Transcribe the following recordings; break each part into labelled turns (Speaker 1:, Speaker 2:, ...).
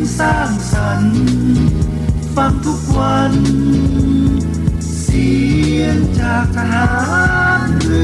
Speaker 1: สร้างสรรค์ฟังทุกวันเสียงจากทหารเรือ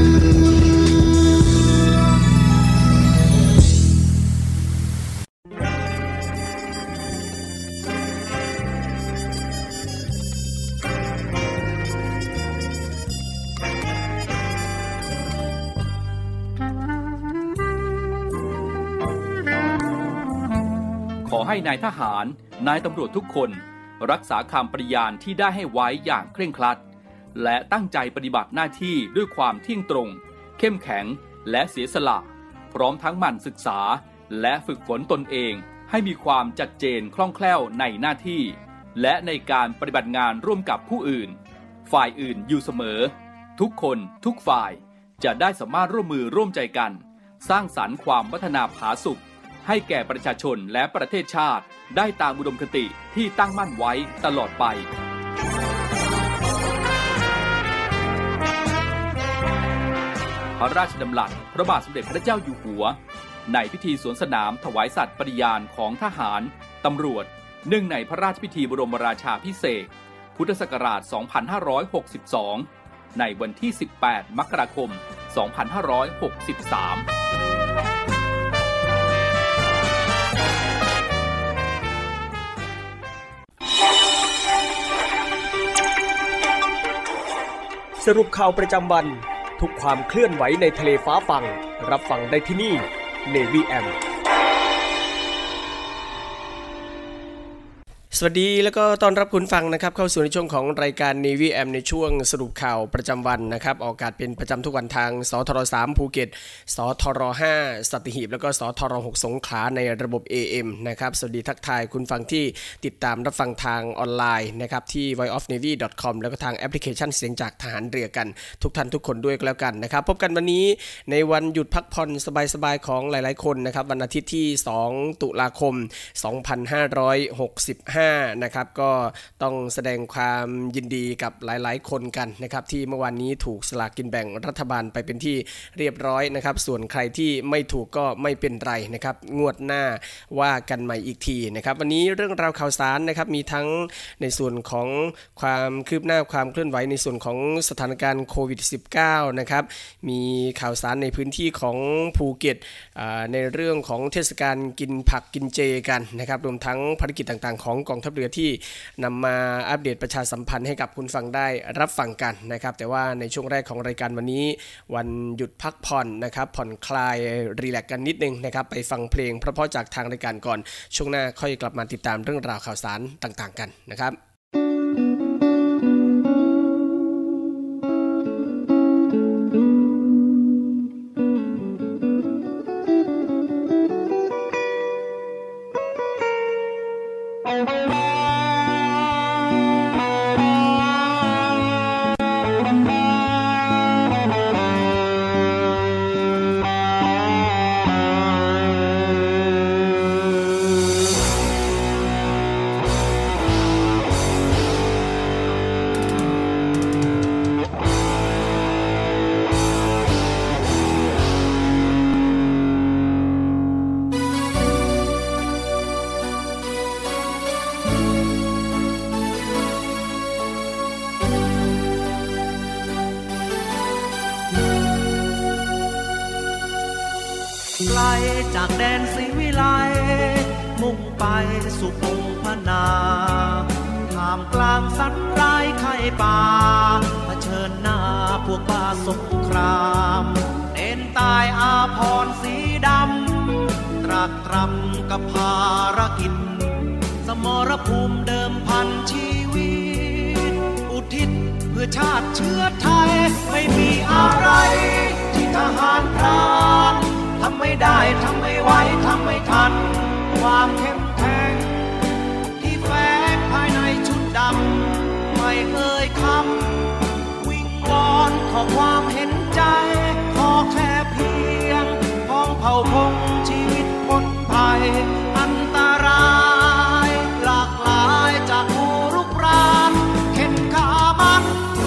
Speaker 2: ขอให้นายทหารนายตำรวจทุกคนรักษาคำปฏิญาณที่ได้ให้ไว้อย่างเคร่งครัดและตั้งใจปฏิบัติหน้าที่ด้วยความเที่ยงตรงเข้มแข็งและเสียสละพร้อมทั้งหมั่นศึกษาและฝึกฝนตนเองให้มีความชัดเจนคล่องแคล่วในหน้าที่และในการปฏิบัติงานร่วมกับผู้อื่นฝ่ายอื่นอยู่เสมอทุกคนทุกฝ่ายจะได้สามารถร่วมมือร่วมใจกันสร้างสรรค์ความพัฒนาผาสุกให้แก่ประชาชนและประเทศชาติได้ตามอุดมคติที่ตั้งมั่นไว้ตลอดไปพระราชดำรัสพระบาทสมเด็จพระเจ้าอยู่หัวในพิธีสวนสนามถวายสัตย์ปฏิญาณของทหารตำรวจเนื่องในพระราชพิธีบรมราชาภิเษกพุทธศักราช 2562 ในวันที่ 18 มกราคม 2563
Speaker 3: สรุปข่าวประจำวันทุกความเคลื่อนไหวในทะเลฟ้าฟังรับฟังได้ที่นี่ Navy AM สวัสดีแล้วก็ต้อนรับคุณฟังนะครับเข้าสู่ในช่วงของรายการ Navy AM ในช่วงสรุปข่าวประจำวันนะครับออกอากาศเป็นประจำทุกวันทางสทร3ภูเก็ตสทร5สัตหีบแล้วก็สทร6สงขลาในระบบ AM นะครับสวัสดีทักทายคุณฟังที่ติดตามรับฟังทางออนไลน์นะครับที่ voiceofnavy.com แล้วก็ทางแอปพลิเคชันเสียงจากทหารเรือกันทุกท่านทุกคนด้วยก็แล้วกันนะครับพบกันวันนี้ในวันหยุดพักผ่อนสบายๆของหลายๆคนนะครับวันอาทิตย์ที่2ตุลาคม2565นะครับก็ต้องแสดงความยินดีกับหลายๆคนกันนะครับที่เมื่อวานนี้ถูกสลากกินแบ่งรัฐบาลไปเป็นที่เรียบร้อยนะครับส่วนใครที่ไม่ถูกก็ไม่เป็นไรนะครับงวดหน้าว่ากันใหม่อีกทีนะครับวันนี้เรื่องราวข่าวสารนะครับมีทั้งในส่วนของความคืบหน้าความเคลื่อนไหวในส่วนของสถานการณ์โควิด -19 นะครับมีข่าวสารในพื้นที่ของภูเก็ตในเรื่องของเทศกาลกินผักกินเจกันนะครับรวมทั้งภารกิจต่างๆของกองทัพเรือที่นำมาอัปเดตประชาสัมพันธ์ให้กับคุณฟังได้รับฟังกันนะครับแต่ว่าในช่วงแรกของรายการวันนี้วันหยุดพักผ่อนนะครับผ่อนคลายรีแลกซ์กันนิดนึงนะครับไปฟังเพลงเพราะๆจากทางรายการก่อนช่วงหน้าค่อยกลับมาติดตามเรื่องราวข่าวสารต่างๆกันนะครับ
Speaker 1: ไกลจากแดนศรีวิไลมุ่งไปสู่พงพนาท่ามกลางสัตว์ร้ายไข้ป่าเผชิญหน้าพวกบ้าสงครามเน้นตายอาภรณ์สีดำตรากตรำกับภารกิจสมรภูมิเดิมพันชีวิตอุทิศเพื่อชาติเชื้อไทยไม่มีอะไรที่ทหารพรานทำไม่ได้ทำไม่ไหวทำไม่ทันความเข้มแข็งที่แฝงภายในชุดดำไม่เอ่ยคำวิงวอนขอความเห็นใจขอแค่เพียงพ้องเผ่าพงชีวิตพ้นภัยอันตรายหลากหลายจากผู้รุกรานเข็นขามัน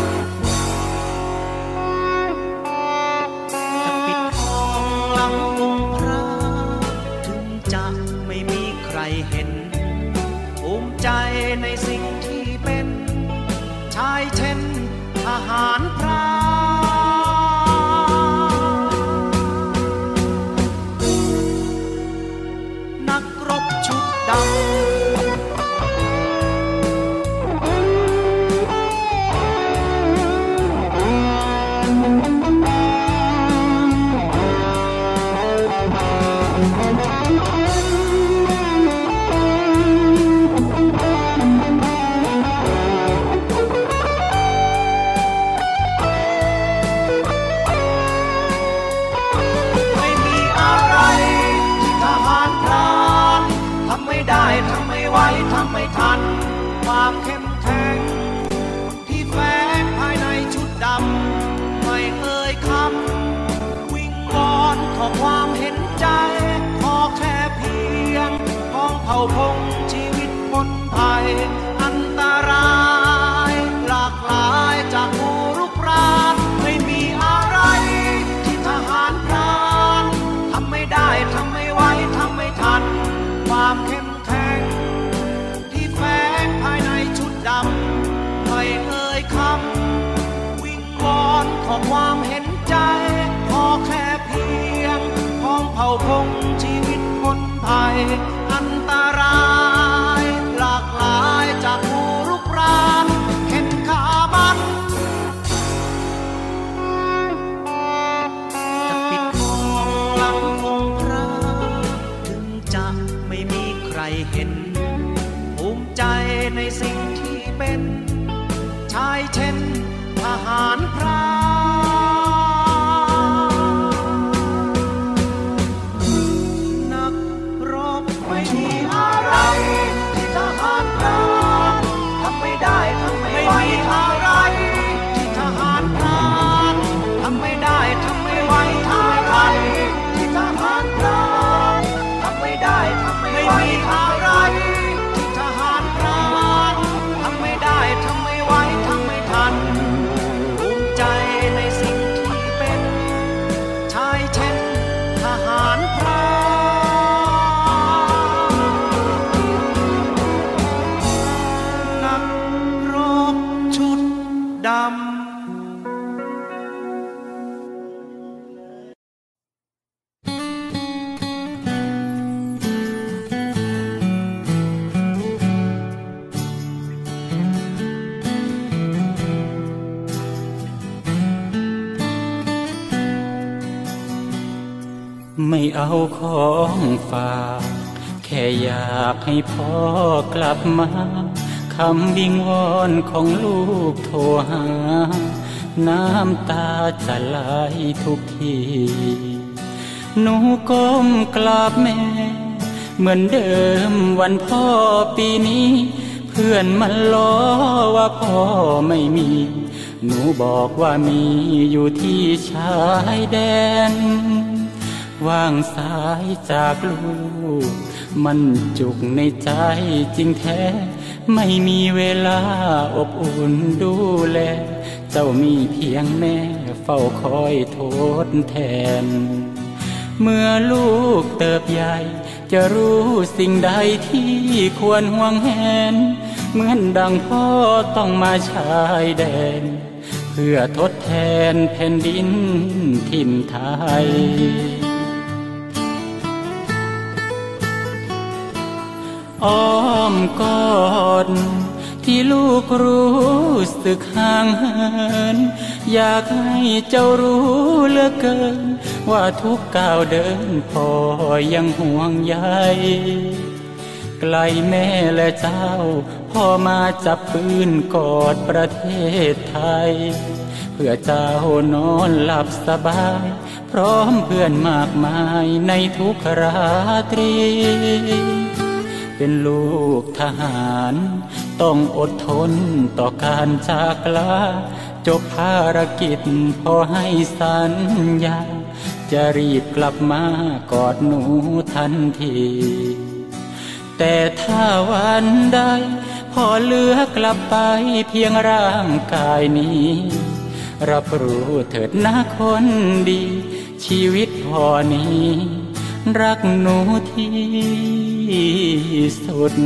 Speaker 1: จะปิดทองหลังองค์พระถึงจะไม่มีใครเห็นหารพรานนักรบชุดดำทำไม่ไหวทำไม่ทันความเข้มแข็งที่แฝงภายในชุดดำไม่เอ่ยคำวิงวอนขอความเห็นใจขอแค่เพียงพ้องเผ่าพงชีวิตพ้นภัยอันตรายหลากหลายจากผู้รุกรานไม่มีอะไรที่ทหารพรานทำไม่ได้ทำไม่ไหวทำไม่ทันความเข้มที่แฝงภายในชุดดำไม่เอ่ยคำวิงวอนขอความเห็นใจขอแค่เพียงพ้องเผ่าพงชีวิตพ้นภัยอันตรายหลากหลายจากผู้รุกรานเข็นขามันจะปิดมองหลังองค์พระถึงจะไม่มีใครเห็นภูมิใจในสิ่งที่เป็นชายเช่นทหารพรานนักรบไม่มีอะไรที่ทหารพรานทำไม่ได้ทำไม่ไหวอะไรที่ทหารพรานทำไม่ได้ทำไม่ไหวอะไรที่ทหารพรานทำไม่ได้ทำไม่ไหวอะไรทหารพรานทำไม่ได้ทำไม่ไหวทำไม่ทันภูมิใจในสิ่งที่เป็นชายเช่นทหารพรานนักรบชุดดำ
Speaker 4: ไม่เอาของฝากแค่อยากให้พ่อกลับมาคำวิงวอนของลูกโทรหาน้ำตาจะไหลทุกทีหนูก้มกราบแม่เหมือนเดิมวันพ่อปีนี้เพื่อนมันล้อว่าพ่อไม่มีหนูบอกว่ามีอยู่ที่ชายแดนว่างสายจากลูกมันจุกในใจจริงแท้ไม่มีเวลาอบอุ่นดูแลเจ้ามีเพียงแม่เฝ้าคอยทดแทนเมื่อลูกเติบใหญ่จะรู้สิ่งใดที่ควรห่วงแหนเหมือนดังพ่อต้องมาชายแดนเพื่อทดแทนแผ่นดินถิ่นไทยอ้อมกอดที่ลูกรู้สึกห่างเหินอยากให้เจ้ารู้เหลือเกินว่าทุกก้าวเดินพ่อยังห่วงใยไกลแม่และเจ้าพ่อมาจับปืนกอดประเทศไทยเพื่อเจ้านอนหลับสบายพร้อมเพื่อนมากมายในทุกราตรีเป็นลูกทหารต้องอดทนต่อการจากลาจบภารกิจพอให้สัญญาจะรีบกลับมากอดหนูทันทีแต่ถ้าวันใดพอเหลือกลับไปเพียงร่างกายนี้รับรู้เถิดนะคนดีชีวิตพ่อนี้รักหนูที่สุด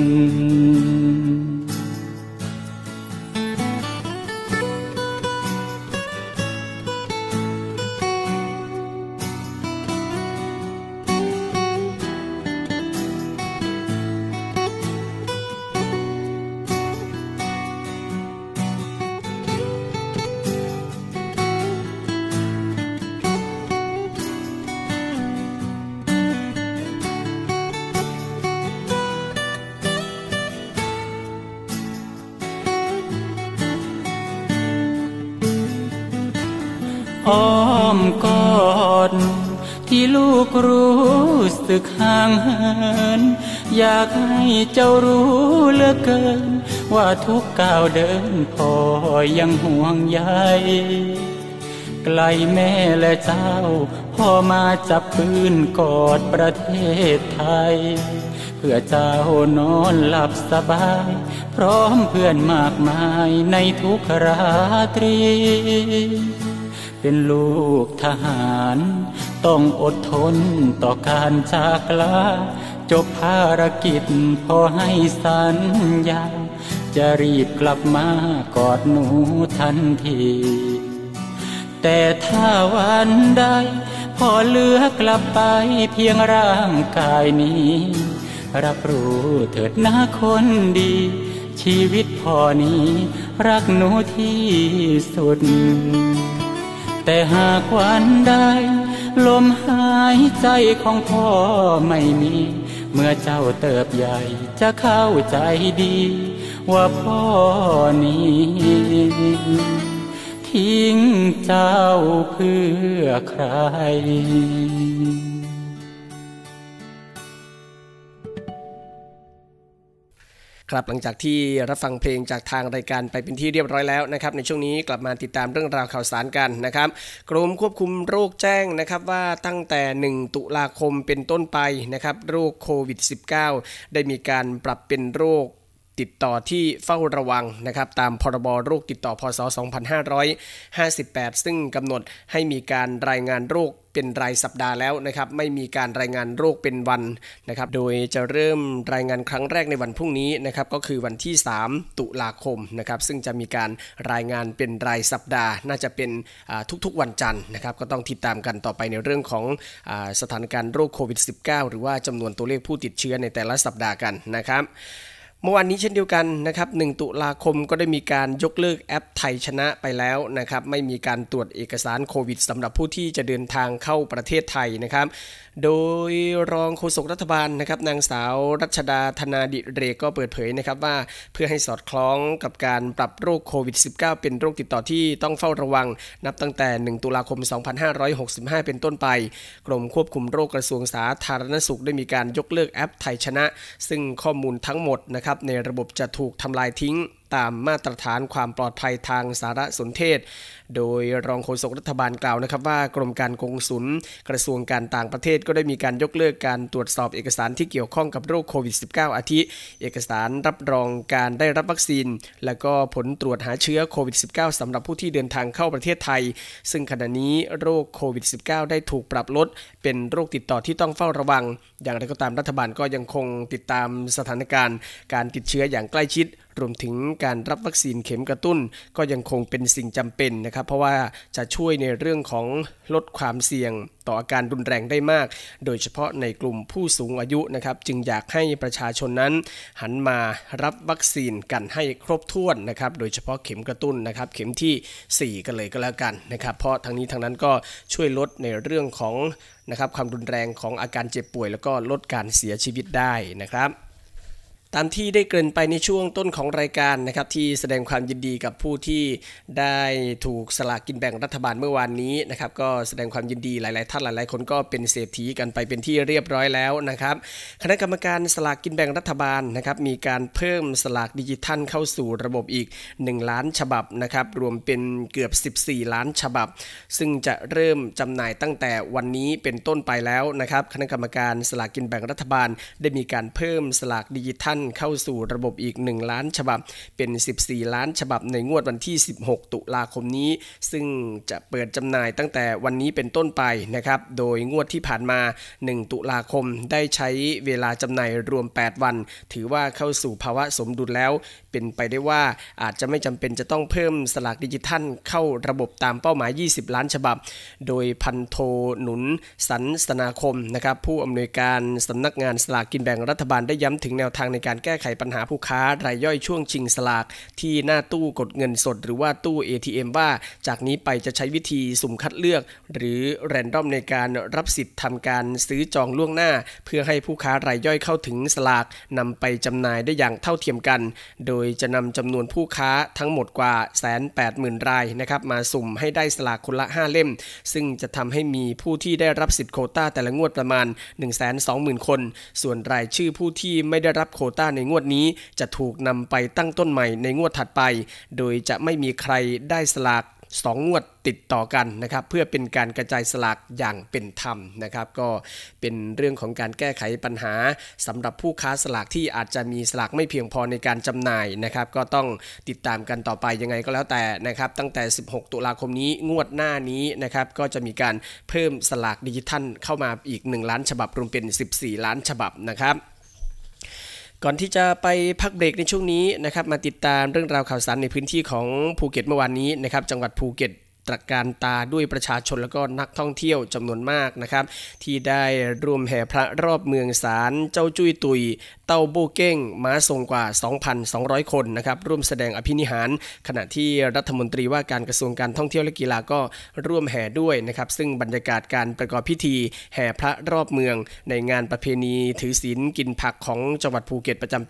Speaker 4: อ้อมกอดที่ลูกรู้สึกห่างเหินอยากให้เจ้ารู้เหลือเกินว่าทุกก้าวเดินพ่อยังห่วงใยไกลแม่และเจ้าพ่อมาจับปืนกอดประเทศไทยเพื่อเจ้านอนหลับสบายพร้อมเพื่อนมากมายในทุกราตรีเป็นลูกทหารต้องอดทนต่อการจากลาจบภารกิจพอให้สัญญาจะรีบกลับมากอดหนูทันทีแต่ถ้าวันใดพอเหลือกลับไปเพียงร่างกายนี้รับรู้เถิดนะคนดีชีวิตพ่อนี้รักหนูที่สุดแต่หากวันใดลมหายใจของพ่อไม่มีเมื่อเจ้าเติบใหญ่จะเข้าใจดีว่าพ่อนี้ทิ้งเจ้าเพื่อใคร
Speaker 3: ครับหลังจากที่รับฟังเพลงจากทางรายการไปเป็นที่เรียบร้อยแล้วนะครับในช่วงนี้กลับมาติดตามเรื่องราวข่าวสารกันนะครับกรมควบคุมโรคแจ้งนะครับว่าตั้งแต่1ตุลาคมเป็นต้นไปนะครับโรคโควิด -19 ได้มีการปรับเป็นโรคติดต่อที่เฝ้าระวังนะครับตามพรบโรคติดต่อพ.ศ. 2558ซึ่งกำหนดให้มีการรายงานโรคเป็นรายสัปดาห์แล้วนะครับไม่มีการรายงานโรคเป็นวันนะครับโดยจะเริ่มรายงานครั้งแรกในวันพรุ่งนี้นะครับก็คือวันที่3ตุลาคมนะครับซึ่งจะมีการรายงานเป็นรายสัปดาห์น่าจะเป็นทุกๆวันจันทร์นะครับก็ต้องติดตามกันต่อไปในเรื่องของสถานการณ์โรคโควิด -19 หรือว่าจำนวนตัวเลขผู้ติดเชื้อในแต่ละสัปดาห์กันนะครับเมื่อวานนี้เช่นเดียวกันนะครับ1ตุลาคมก็ได้มีการยกเลิกแอปไทยชนะไปแล้วนะครับไม่มีการตรวจเอกสารโควิดสำหรับผู้ที่จะเดินทางเข้าประเทศไทยนะครับโดยรองโฆษกรัฐบาลนะครับนางสาวรัชดาธนาดิเรกก็เปิดเผยนะครับว่าเพื่อให้สอดคล้องกับการปรับโรคโควิด -19 เป็นโรคติดต่อที่ต้องเฝ้าระวังนับตั้งแต่1ตุลาคม 2565 เป็นต้นไปกรมควบคุมโรคกระทรวงสาธารณสุขได้มีการยกเลิกแอปไทยชนะซึ่งข้อมูลทั้งหมดนะครับในระบบจะถูกทำลายทิ้งตามมาตรฐานความปลอดภัยทางสารสนเทศโดยรองโฆษกรัฐบาลกล่าวนะครับว่ากรมการกงสุลกระทรวงการต่างประเทศก็ได้มีการยกเลิกการตรวจสอบเอกสารที่เกี่ยวข้องกับโรคโควิด -19 อาทิเอกสารรับรองการได้รับวัคซีนและก็ผลตรวจหาเชื้อโควิด -19 สำหรับผู้ที่เดินทางเข้าประเทศไทยซึ่งขณะนี้โรคโควิด -19 ได้ถูกปรับลดเป็นโรคติดต่อที่ต้องเฝ้าระวังอย่างไรก็ตามรัฐบาลก็ยังคงติดตามสถานการณ์การติดเชื้ออย่างใกล้ชิดรวมถึงการรับวัคซีนเข็มกระตุ้นก็ยังคงเป็นสิ่งจำเป็นนะครับเพราะว่าจะช่วยในเรื่องของลดความเสี่ยงต่ออาการรุนแรงได้มากโดยเฉพาะในกลุ่มผู้สูงอายุนะครับจึงอยากให้ประชาชนนั้นหันมารับวัคซีนกันให้ครบถ้วนนะครับโดยเฉพาะเข็มกระตุ้นนะครับเข็มที่4กันเลยก็แล้วกันนะครับเพราะทั้งนี้ทั้งนั้นก็ช่วยลดในเรื่องของนะครับความรุนแรงของอาการเจ็บป่วยแล้วก็ลดการเสียชีวิตได้นะครับตามที่ได้เกริ่นไปในช่วงต้นของรายการนะครับที่แสดงความยินดีกับผู้ที่ได้ถูกสลากกินแบ่งรัฐบาลเมื่อวานนี้นะครับก็แสดงความยินดีหลายๆท่านหลายๆคนก็เป็นเศรษฐีกันไปเป็นที่เรียบร้อยแล้วนะครับคณะกรรมการสลากกินแบ่งรัฐบาลนะครับมีการเพิ่มสลากดิจิทัลเข้าสู่ระบบอีก1ล้านฉบับนะครับรวมเป็นเกือบ14ล้านฉบับซึ่งจะเริ่มจำหน่ายตั้งแต่วันนี้เป็นต้นไปแล้วนะครับคณะกรรมการสลากกินแบ่งรัฐบาลได้มีการเพิ่มสลากดิจิทัลเข้าสู่ระบบอีก1ล้านฉบับเป็น14ล้านฉบับในงวดวันที่16ตุลาคมนี้ซึ่งจะเปิดจำหน่ายตั้งแต่วันนี้เป็นต้นไปนะครับโดยงวดที่ผ่านมา1ตุลาคมได้ใช้เวลาจำหน่ายรวม8วันถือว่าเข้าสู่ภาวะสมดุลแล้วเป็นไปได้ว่าอาจจะไม่จำเป็นจะต้องเพิ่มสลากดิจิทัลเข้าระบบตามเป้าหมาย20ล้านฉบับโดยพันโทหนุนสันสนาคมนะครับผู้อำนวยการสำนักงานสลากกินแบ่งรัฐบาลได้ย้ำถึงแนวทางในการแก้ไขปัญหาผู้ค้ารายย่อยช่วงชิงสลากที่หน้าตู้กดเงินสดหรือว่าตู้ ATM ว่าจากนี้ไปจะใช้วิธีสุ่มคัดเลือกหรือแรนดอมในการรับสิทธิ์ทำการซื้อจองล่วงหน้าเพื่อให้ผู้ค้ารายย่อยเข้าถึงสลากนำไปจำหน่ายได้อย่างเท่าเทียมกันโดยจะนำจำนวนผู้ค้าทั้งหมดกว่า 180,000 รายนะครับมาสุ่มให้ได้สลากคนละ5เล่มซึ่งจะทำให้มีผู้ที่ได้รับสิทธิ์โควต้าแต่ละงวดประมาณ 120,000 คนส่วนรายชื่อผู้ที่ไม่ได้รับโควต้าในงวดนี้จะถูกนำไปตั้งต้นใหม่ในงวดถัดไปโดยจะไม่มีใครได้สลาก2 งวดติดต่อกันนะครับเพื่อเป็นการกระจายสลากอย่างเป็นธรรมนะครับก็เป็นเรื่องของการแก้ไขปัญหาสำหรับผู้ค้าสลากที่อาจจะมีสลากไม่เพียงพอในการจำหน่ายนะครับก็ต้องติดตามกันต่อไปยังไงก็แล้วแต่นะครับตั้งแต่16ตุลาคมนี้งวดหน้านี้นะครับก็จะมีการเพิ่มสลากดิจิทัลเข้ามาอีก1ล้านฉบับรวมเป็น14ล้านฉบับนะครับก่อนที่จะไปพักเบรกในช่วงนี้นะครับมาติดตามเรื่องราวข่าวสารในพื้นที่ของภูเก็ตเมื่อวานนี้นะครับจังหวัดภูเก็ตตระการตาด้วยประชาชนและก็นักท่องเที่ยวจำนวนมากนะครับที่ได้ร่วมแห่พระรอบเมืองศาลเจ้าจุ้ยตุยเต้าโบเก้งม้าทรงกว่า 2,200 คนนะครับร่วมแสดงอภินิหารขณะที่รัฐมนตรีว่าการกระทรวงการท่องเที่ยวและกีฬาก็ร่วมแห่ด้วยนะครับซึ่งบรรยากาศการประกอบพิธีแห่พระรอบเมืองในงานประเพณีถือศีลกินผักของจังหวัดภูเก็ตประจำปี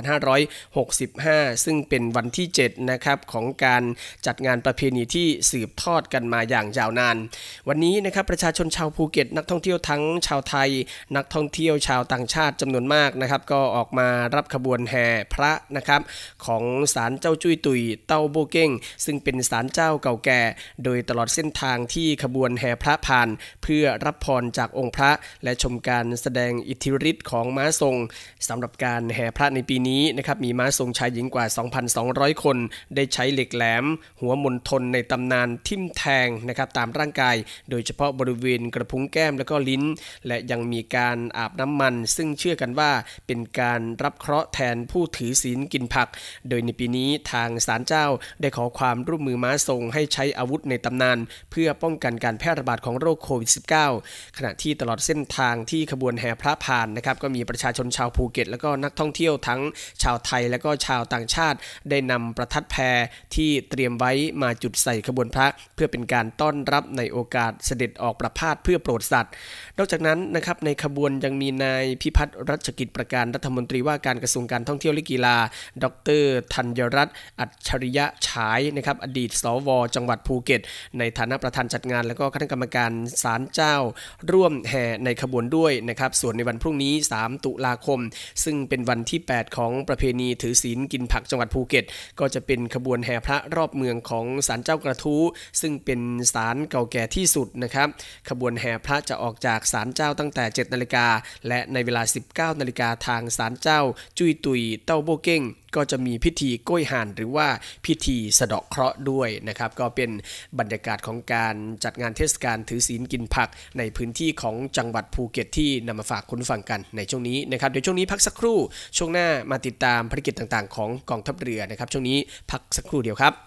Speaker 3: 2565 ซึ่งเป็นวันที่ 7 นะครับของการจัดงานประเพณีที่สืบทอดกันมาอย่างยาวนานวันนี้นะครับประชาชนชาวภูเก็ตนักท่องเที่ยวทั้งชาวไทยนักท่องเที่ยวชาวต่างชาติจำนวนมากนะครับก็ออกมารับขบวนแห่พระนะครับของศาลเจ้าจุ้ยตุยเต้าโบเก้งซึ่งเป็นศาลเจ้าเก่าแก่โดยตลอดเส้นทางที่ขบวนแห่พระผ่านเพื่อรับพรจากองค์พระและชมการแสดงอิทธิฤทธิ์ของม้าทรงสำหรับการแห่พระในปีนี้นะครับมีม้าทรงชายหญิงกว่า 2,200 คนได้ใช้เหล็กแหลมหัวมณฑลในตำนานทิ่มแทงนะครับตามร่างกายโดยเฉพาะบริเวณกระพุ้งแก้มและก็ลิ้นและยังมีการอาบน้ำมันซึ่งเชื่อกันว่าเป็นการรับเคราะห์แทนผู้ถือศีลกินผักโดยในปีนี้ทางศาลเจ้าได้ขอความร่วมมือม้าทรงให้ใช้อาวุธในตำนานเพื่อป้องกันการแพร่ระบาดของโรคโควิด -19 ขณะที่ตลอดเส้นทางที่ขบวนแห่พระผ่านนะครับก็มีประชาชนชาวภูเก็ตและก็นักท่องเที่ยวทั้งชาวไทยและก็ชาวต่างชาติได้นำประทัดแพรที่เตรียมไว้มาจุดใส่ขบวนพระเพื่อเป็นการต้อนรับในโอกาสเสด็จออกประพาสเพื่อโปรดสัตว์นอกจากนั้นนะครับในขบวนยังมีนายพิพัฒน์รัชกิจประการรัฐมนตรีว่าการกระทรวงการท่องเที่ยวและกีฬาดร.ธัญรัตน์อัจฉริยะฉายนะครับอดีตสว.จังหวัดภูเก็ตในฐานะประธานจัดงานและก็คณะกรรมการศาลเจ้าร่วมแห่ในขบวนด้วยนะครับส่วนในวันพรุ่งนี้3ตุลาคมซึ่งเป็นวันที่8ของประเพณีถือศีลกินผักจังหวัดภูเก็ตก็จะเป็นขบวนแห่พระรอบเมืองของศาลเจ้ากระทู้ซึ่งเป็นศาลเก่าแก่ที่สุดนะครับขบวนแห่พระจะออกจากศาลเจ้าตั้งแต่ 7 นาฬิกาและในเวลา 19 นาฬิกาทางศาลเจ้าจุ้ยตุยเต้าโบเก้งก็จะมีพิธีโก้ยห่านหรือว่าพิธีสะเดาะเคราะห์ด้วยนะครับก็เป็นบรรยากาศของการจัดงานเทศกาลถือศีลกินผักในพื้นที่ของจังหวัดภูเก็ตที่นำมาฝากคุณฟังกันในช่วงนี้นะครับเดี๋ยวช่วงนี้พักสักครู่ช่วงหน้ามาติดตามภารกิจต่างๆของกองทัพเรือนะครับช่วงนี้พักสักครู่เดียวครับ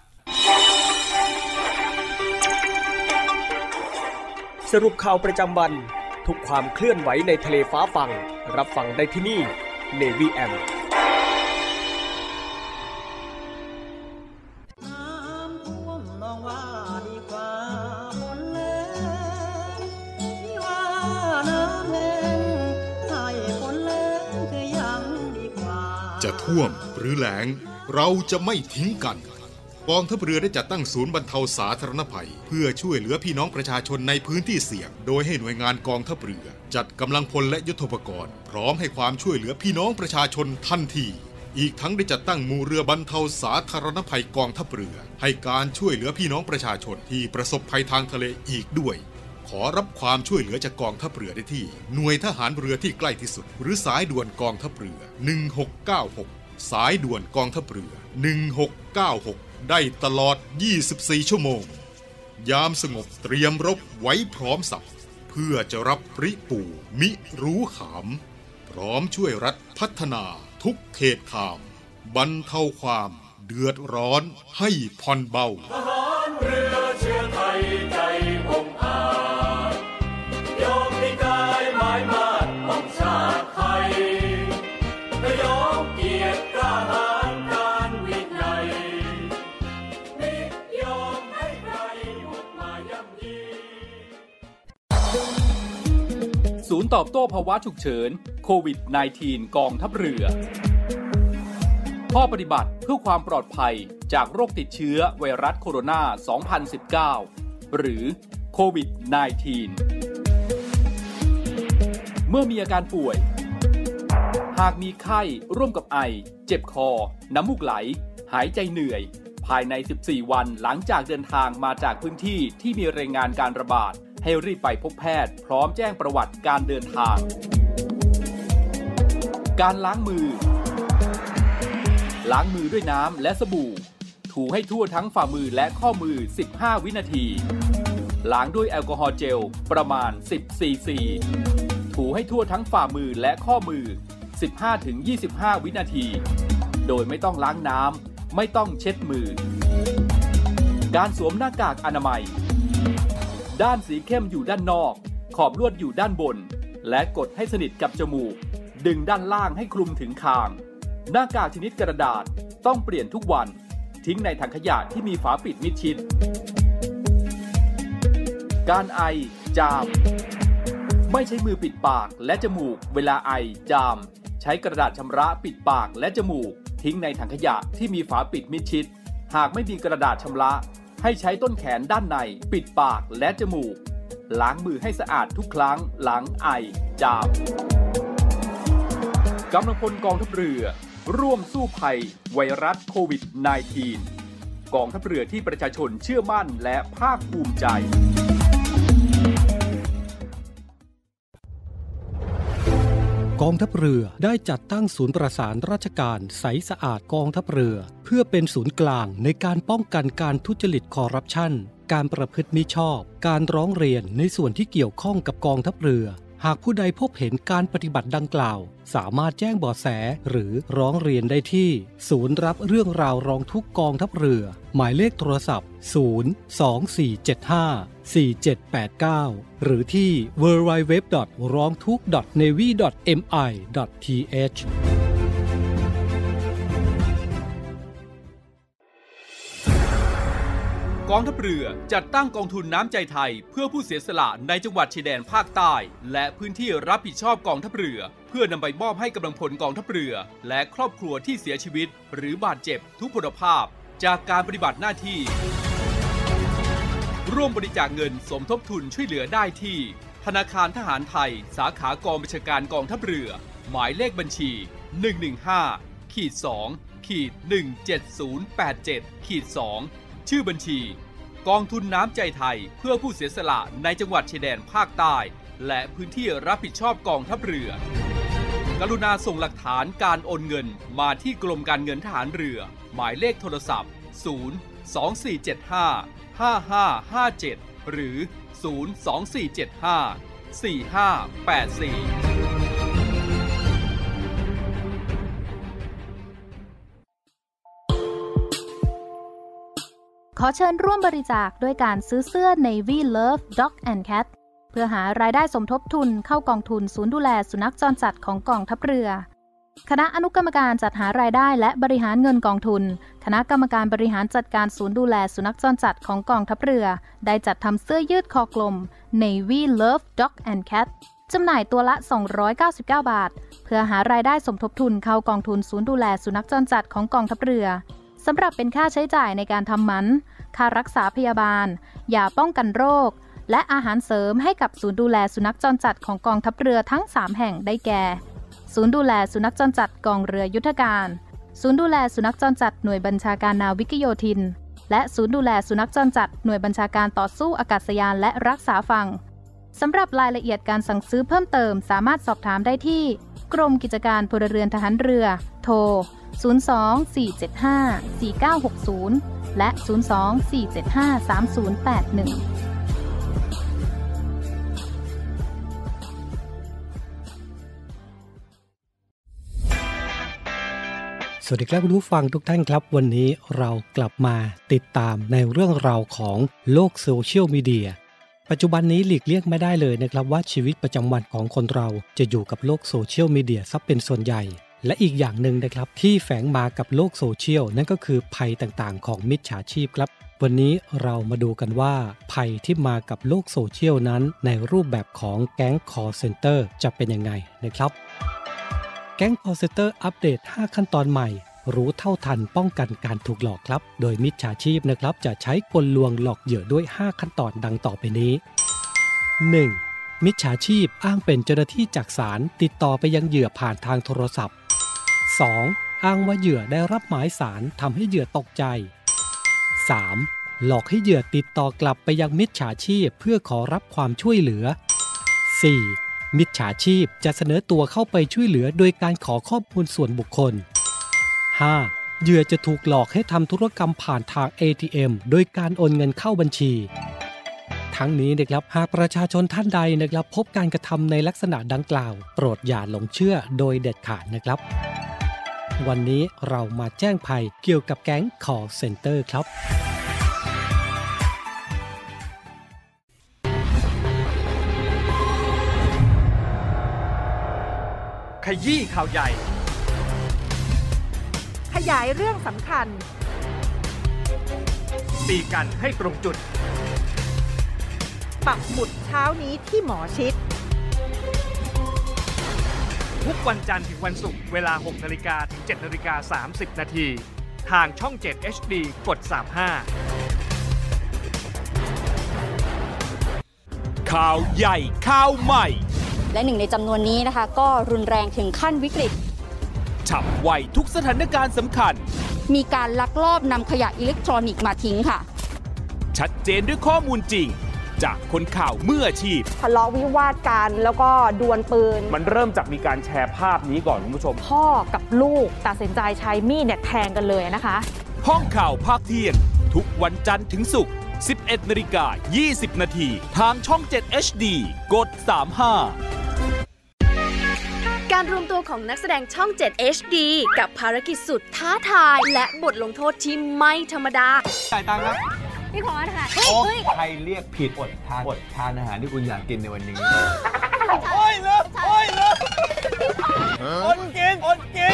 Speaker 3: สรุปข่าวประจำวันทุกความเคลื่อนไหวในทะเลฟ้าฟังรับฟังได้ที่นี่ Navy AM
Speaker 5: จะท่วมหรือแล้งเราจะไม่ทิ้งกันกองทัพเรือได้จัดตั้งศูนย์บรรเทาสาธารณภัยเพื่อช่วยเหลือพี่น้องประชาชนในพื้นที่เสี่ยงโดยให้หน่วยงานกองทัพเรือจัดกำลังพลและยุทโธปกรณ์พร้อมให้ความช่วยเหลือพี่น้องประชาชนทันทีอีกทั้งได้จัดตั้งหมู่เรือบรรเทาสาธารณภัยกองทัพเรือให้การช่วยเหลือพี่น้องประชาชนที่ประสบภัยทางทะเลอีกด้วยขอรับความช่วยเหลือจากกองทัพเรือได้ที่หน่วยทหารเรือที่ใกล้ที่สุดหรือสายด่วนกองทัพเรือ1696สายด่วนกองทัพเรือ1696ได้ตลอด24ชั่วโมงยามสงบเตรียมรบไว้พร้อมสับเพื่อจะรับปริปู่มิรู้ขามพร้อมช่วยรัฐพัฒนาทุกเขตขามบรรเทาความเดือดร้อนให้ผ่อนเบาทหารเรือเชื้อไทยใจองอาจยอมพิกายหมายมาดของชาติไทยยอม
Speaker 2: ศูนย์ตอบโต้ภาวะฉุกเฉินโควิด -19 กองทัพเรือข้อปฏิบัติเพื่อความปลอดภัยจากโรคติดเชื้อไวรัสโคโรนา 2019 หรือโควิด -19 เมื่อมีอาการป่วยหากมีไข้ร่วมกับไอเจ็บคอน้ำมูกไหลหายใจเหนื่อยภายใน14วันหลังจากเดินทางมาจากพื้นที่ที่มีรายงานการระบาดให้รีบไปพบแพทย์พร้อมแจ้งประวัติการเดินทางการล้างมือด้วยน้ำและสบู่ถูให้ทั่วทั้งฝ่ามือและข้อมือ15วินาทีล้างด้วยแอลกอฮอล์เจลประมาณ10 ซีซีถูให้ทั่วทั้งฝ่ามือและข้อมือ 15-25 วินาทีโดยไม่ต้องล้างน้ำไม่ต้องเช็ดมือการสวมหน้ากากอนามัยด้านสีเข้มอยู่ด้านนอกขอบลวดอยู่ด้านบนและกดให้สนิทกับจมูกดึงด้านล่างให้คลุมถึงคางหน้ากากชนิดกระดาษต้องเปลี่ยนทุกวันทิ้งในถังขยะที่มีฝาปิดมิดชิดการไอจามไม่ใช้มือปิดปากและจมูกเวลาไอจามใช้กระดาษชำระปิดปากและจมูกทิ้งในถังขยะที่มีฝาปิดมิดชิดหากไม่มีกระดาษชำระให้ใช้ต้นแขนด้านในปิดปากและจมูกล้างมือให้สะอาดทุกครั้งหลังไอจามกำลังพลกองทัพเรือร่วมสู้ภัยไวรัสโควิด -19 กองทัพเรือที่ประชาชนเชื่อมั่นและภาคภูมิใจ
Speaker 6: กองทัพเรือได้จัดตั้งศูนย์ประสานราชการใสสะอาดกองทัพเรือเพื่อเป็นศูนย์กลางในการป้องกันการทุจริตคอร์รัปชันการประพฤติมิชอบการร้องเรียนในส่วนที่เกี่ยวข้องกับกองทัพเรือหากผู้ใดพบเห็นการปฏิบัติดังกล่าวสามารถแจ้งเบาะแสหรือร้องเรียนได้ที่ศูนย์รับเรื่องราวร้องทุกข์กองทัพเรือหมายเลขโทรศัพท์024754789หรือที่ www.rongthuk.navy.mi.th
Speaker 2: กองทัพเรือจัดตั้งกองทุนน้ำใจไทยเพื่อผู้เสียสละในจังหวัดชายแดนภาคใต้และพื้นที่รับผิดชอบกองทัพเรือเพื่อนำไปมอบให้กำลังพลกองทัพเรือและครอบครัวที่เสียชีวิตหรือบาดเจ็บทุพพลภาพจากการปฏิบัติหน้าที่ร่วมบริจาคเงินสมทบทุนช่วยเหลือได้ที่ธนาคารทหารไทยสาขากองบัญชาการกองทัพเรือหมายเลขบัญชี 115-2-17087-2ชื่อบัญชีกองทุนน้ำใจไทยเพื่อผู้เสียสละในจังหวัดชายแดนภาคใต้และพื้นที่รับผิดชอบกองทัพเรือกรุณาส่งหลักฐานการโอนเงินมาที่กรมการเงินทหารเรือหมายเลขโทรศัพท์024755557หรือ024754584
Speaker 7: ขอเชิญร่วมบริจาคด้วยการซื้อเสื้อ Navy Love Dog and Cat เพื่อหารายได้สมทบทุนเข้ากองทุนศูนย์ดูแลสุนัขจรจัดของกองทัพเรือคณะอนุกรรมการจัดหารายได้และบริหารเงินกองทุนคณะกรรมการบริหารจัดการศูนย์ดูแลสุนัขจรจัดของกองทัพเรือได้จัดทำเสื้อยืดคอกลม Navy Love Dog and Cat จำหน่ายตัวละ299 บาทเพื่อหารายได้สมทบทุนเข้ากองทุนศูนย์ดูแลสุนัขจรจัดของกองทัพเรือสำหรับเป็นค่าใช้จ่ายในการทำหมันค่ารักษาพยาบาลยาป้องกันโรคและอาหารเสริมให้กับศูนย์ดูแลสุนัขจรจัดของกองทัพเรือทั้ง3แห่งได้แก่ศูนย์ดูแลสุนัขจรจัดกองเรือยุทธการศูนย์ดูแลสุนัขจรจัดหน่วยบัญชาการนาวิกโยธินและศูนย์ดูแลสุนัขจรจัดหน่วยบัญชาการต่อสู้อากาศยานและรักษาฝั่งสำหรับรายละเอียดการสั่งซื้อเพิ่มเติมสามารถสอบถามได้ที่กรมกิจการพลเรือนทหารเรือโทร024754960และ024753081
Speaker 6: สวัสดีครับคุณผู้ฟังทุกท่านครับวันนี้เรากลับมาติดตามในเรื่องราวของโลกโซเชียลมีเดียปัจจุบันนี้หลีกเลี่ยงไม่ได้เลยนะครับว่าชีวิตประจำวันของคนเราจะอยู่กับโลกโซเชียลมีเดียซะเป็นส่วนใหญ่และอีกอย่างหนึ่งนะครับที่แฝงมากับโลกโซเชียลนั่นก็คือภัยต่างๆของมิจฉาชีพครับวันนี้เรามาดูกันว่าภัยที่มากับโลกโซเชียลนั้นในรูปแบบของแก๊ง call center จะเป็นยังไงนะครับแก๊ง call center อัปเดต5ขั้นตอนใหม่รู้เท่าทันป้องกันการถูกหลอกครับโดยมิจฉาชีพนะครับจะใช้กลลวงหลอกเหยื่อด้วย5ขั้นตอนดังต่อไปนี้ 1. มิจฉาชีพอ้างเป็นเจ้าหน้าที่จากศาลติดต่อไปยังเหยื่อผ่านทางโทรศัพท์ 2. อ้างว่าเหยื่อได้รับหมายศาลทำให้เหยื่อตกใจ 3. หลอกให้เหยื่อติดต่อกลับไปยังมิจฉาชีพเพื่อขอรับความช่วยเหลือ 4. มิจฉาชีพจะเสนอตัวเข้าไปช่วยเหลือโดยการขอข้อมูลส่วนบุคคล 5. เหยื่อจะถูกหลอกให้ทำธุรกรรมผ่านทาง ATM โดยการโอนเงินเข้าบัญชีทั้งนี้นะครับหากประชาชนท่านใดนะครับพบการกระทำในลักษณะดังกล่าวโปรดอย่าหลงเชื่อโดยเด็ดขาดนะครับวันนี้เรามาแจ้งภัยเกี่ยวกับแก๊ง call center ครับ
Speaker 2: ขยี้ข่าวใหญ่
Speaker 8: ขยายเรื่องสำคัญ
Speaker 2: ตีกันให้ตรงจุด
Speaker 8: ปักหมุดเช้านี้ที่หมอชิด
Speaker 2: ทุกวันจันทร์ถึงวันศุกร์เวลา 6:00 น. ถึง 7:30 น. ทางช่อง 7 HD กด 35 ข่าวใหญ่ข่าวใหม่
Speaker 9: และหนึ่งในจำนวนนี้นะคะก็รุนแรงถึงขั้นวิกฤต
Speaker 2: ฉับไวทุกสถานการณ์สำคัญ
Speaker 9: มีการลักลอบนำขยะอิเล็กทรอนิกส์มาทิ้งค่ะ
Speaker 2: ชัดเจนด้วยข้อมูลจริงจากคนข่าวมืออาชีพ
Speaker 8: ทะเลาะวิวาทกันแล้วก็ดวลปืน
Speaker 2: มันเริ่มจากมีการแชร์ภาพนี้ก่อนคุณผู้ชม
Speaker 8: พ่อกับลูกตัดสินใจใช้มีดเนี่ยแทงกันเลยนะคะ
Speaker 2: ห้องข่าวภาคเที่ยงทุกวันจันทร์ถึงศุกร์ 11:20 น.ทางช่อง 7 HD กด 35
Speaker 10: การรวมตัวของนักแสดงช่อง 7 HD กับภารกิจสุดท้าทายและบทลงโทษที่ไม่ธรรมดา
Speaker 11: จ่ายตังค์ครับ
Speaker 10: พี่ขออาหาร
Speaker 11: ใครเรียกผิดอดทานอาหารที่คุณอยากกินในวันนี้
Speaker 12: โอ้ยเลยอดกิน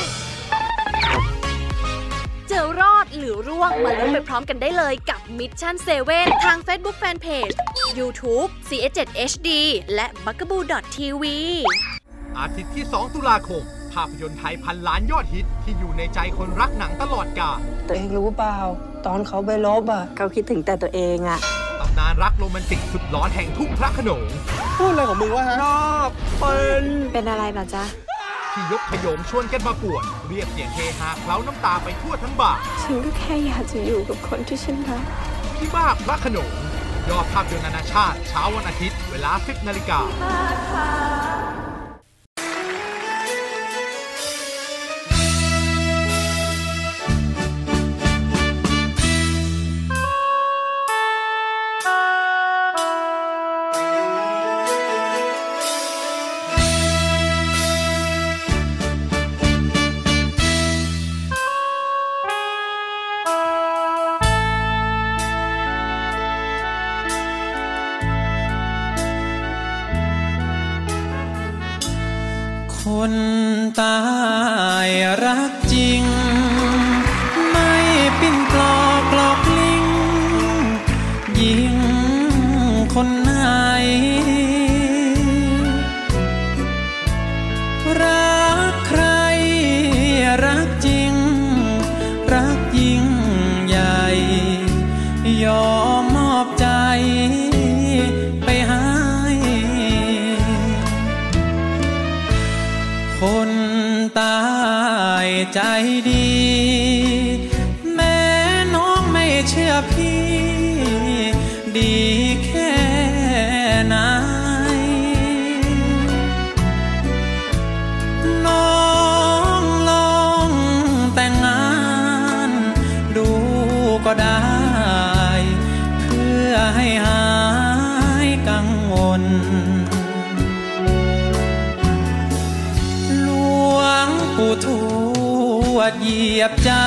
Speaker 10: จะรอดหรือร่วงมาลุ้นไปพร้อมกันได้เลยกับ Mission 7 ทาง Facebook Fanpage YouTube CS7 HD และ bugaboo.tv
Speaker 13: อาทิตย์ที่ 2 ตุลาคมภาพยนตร์ไทยพันล้านยอดฮิตที่อยู่ในใจคนรักหนังตลอดกาล
Speaker 14: ตัวเองรู้เปล่าตอนเขาไปลบเขาคิดถึงแต่ตัวเอง
Speaker 13: ตำนานรักโรแมนติกสุดร้อนแห่งทุ่งพระโขนง
Speaker 12: พูดอะไรของมึงวะฮะ
Speaker 14: เป็นอะไรล่ะจ๊ะ
Speaker 13: ที่ยกขยงชวนกันมาป่วนเรียกเสียงเฮฮาเคล้าน้ำตาไปทั่วทั้งบ่า
Speaker 14: ฉันก็แค่อยากจะอยู่กับคนที่ฉันรัก
Speaker 13: ที่บ้าพระโขนงยอดภาพยนตร์นานาชาติเช้าวันอาทิตย์เวลา 10:00 น.
Speaker 4: คนตายรักจริงไม่ปิ้นปลอกลิงยิงคนไหนรักใครรักจริงรักยิ่งใหญ่ยอมมอบใจไปให้คนตายใจดีแม้น้องไม่เชื่อพี่ดีแค่ไหนน้องลองแต่งงานดูก็ได้เพื่อให้หายกังวลปู่ทวดเหยียบใจ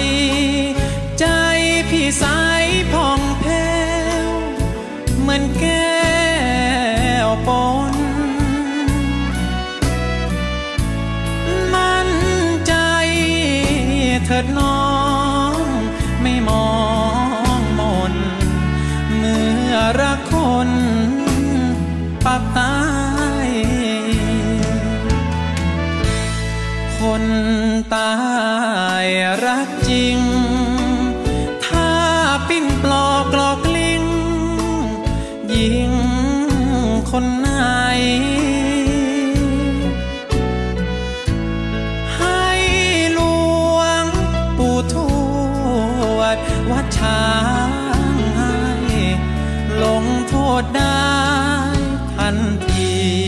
Speaker 4: พี่ใสผ่องแผ้วเหมือนแก้วปนมั่นคนไหนให้หลวงปู่ทวดวัดช้างให้ลงโทษได้ทันที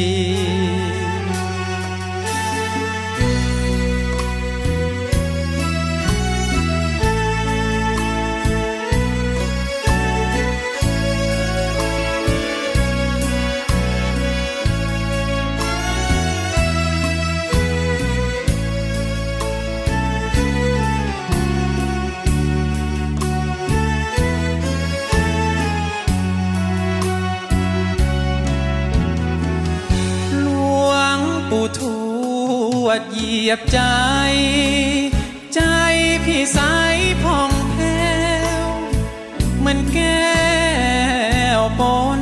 Speaker 4: เหยียบใจพี่ใสผ่องแผ้วเหมือนแก้วปน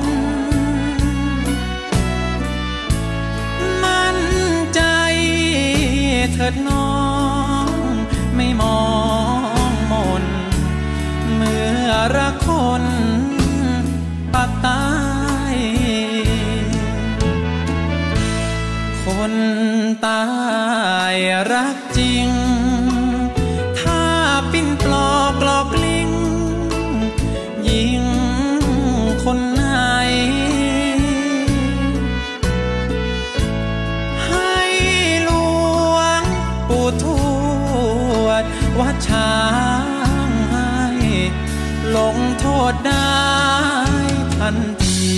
Speaker 4: มั่นใจเถิดน้องไม่มองมนเมื่อรักคนปากใต้คนตายรักจริงถ้าปิ้นปลอกกลอกลิงยิงคนไหนให้หลวงปู่ทวดวัดช้างให้ลงโทษได้ทันที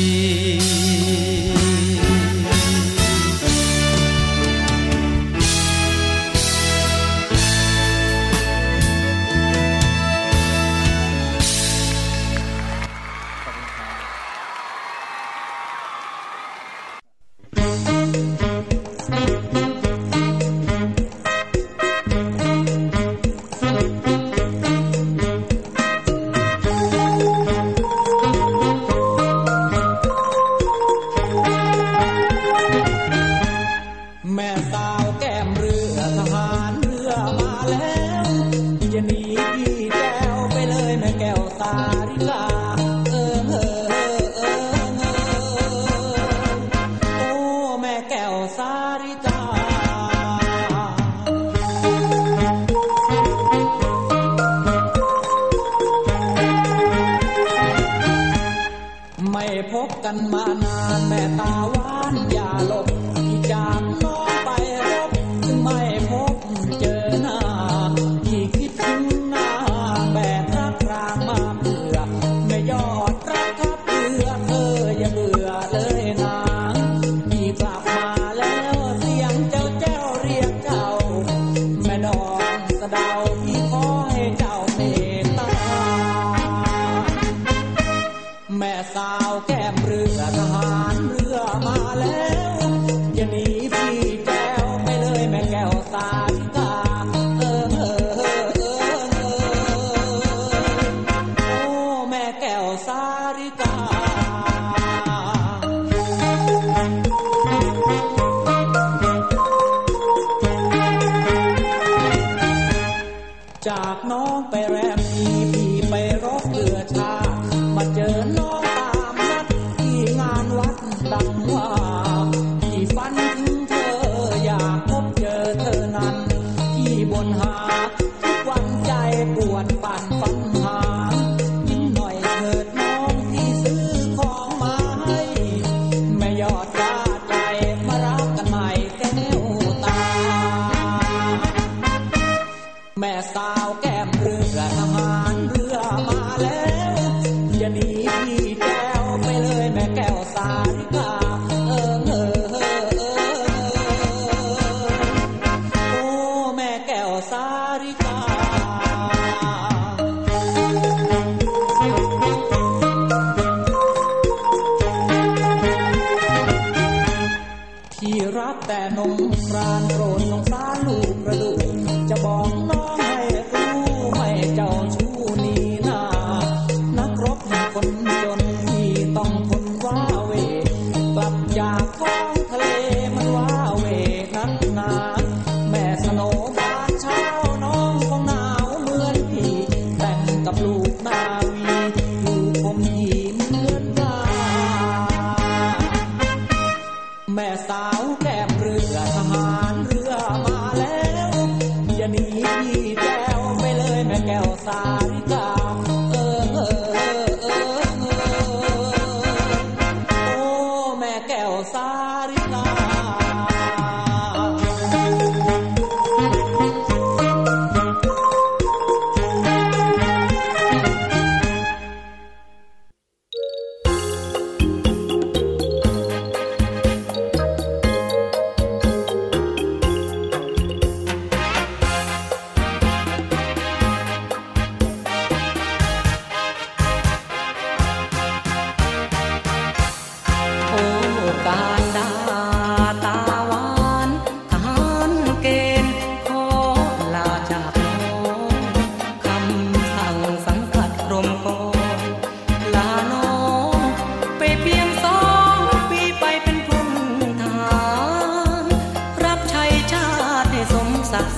Speaker 4: กันมานานแม่ตาหวานอย่าหลบที่จากน้องไปรบถึงไม่พบเจอหน้าที่คิดถึงหน้าแบบรักรางมาเบื่อไม่ยอดรักทับเบื่อเธออย่าเบื่อเลยนะพี่กลับมาแล้วเสียงเจ้าแจ้วเรียกเจ้าแม่ดอนสะเดาพี่ขอให้เจ้าเมตตาแม่สาวแก้มเรือทหารเรือมาแล้ว